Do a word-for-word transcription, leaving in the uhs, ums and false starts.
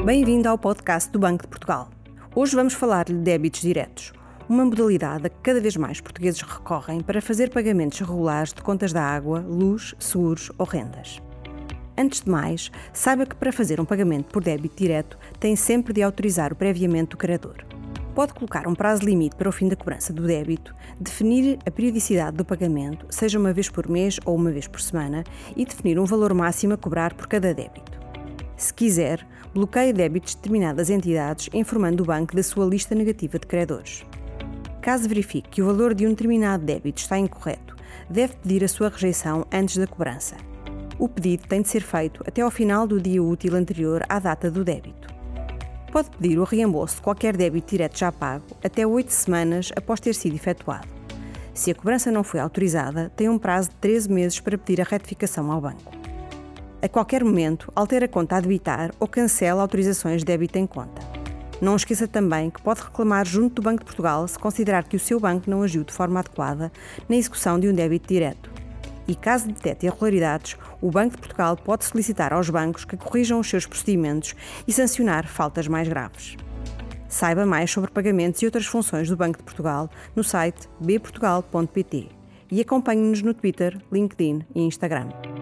Bem-vindo ao podcast do Banco de Portugal. Hoje vamos falar-lhe de débitos diretos, uma modalidade a que cada vez mais portugueses recorrem para fazer pagamentos regulares de contas da água, luz, seguros ou rendas. Antes de mais, saiba que para fazer um pagamento por débito direto tem sempre de autorizar o previamente do credor. Pode colocar um prazo limite para o fim da cobrança do débito, definir a periodicidade do pagamento, seja uma vez por mês ou uma vez por semana, e definir um valor máximo a cobrar por cada débito. Se quiser, bloqueie débitos de determinadas entidades, informando o banco da sua lista negativa de credores. Caso verifique que o valor de um determinado débito está incorreto, deve pedir a sua rejeição antes da cobrança. O pedido tem de ser feito até ao final do dia útil anterior à data do débito. Pode pedir o reembolso de qualquer débito direto já pago até oito semanas após ter sido efetuado. Se a cobrança não foi autorizada, tem um prazo de treze meses para pedir a retificação ao banco. A qualquer momento, altere a conta a debitar ou cancele autorizações de débito em conta. Não esqueça também que pode reclamar junto do Banco de Portugal se considerar que o seu banco não agiu de forma adequada na execução de um débito direto. E caso detecte irregularidades, o Banco de Portugal pode solicitar aos bancos que corrijam os seus procedimentos e sancionar faltas mais graves. Saiba mais sobre pagamentos e outras funções do Banco de Portugal no site b portugal ponto p t e acompanhe-nos no Twitter, LinkedIn e Instagram.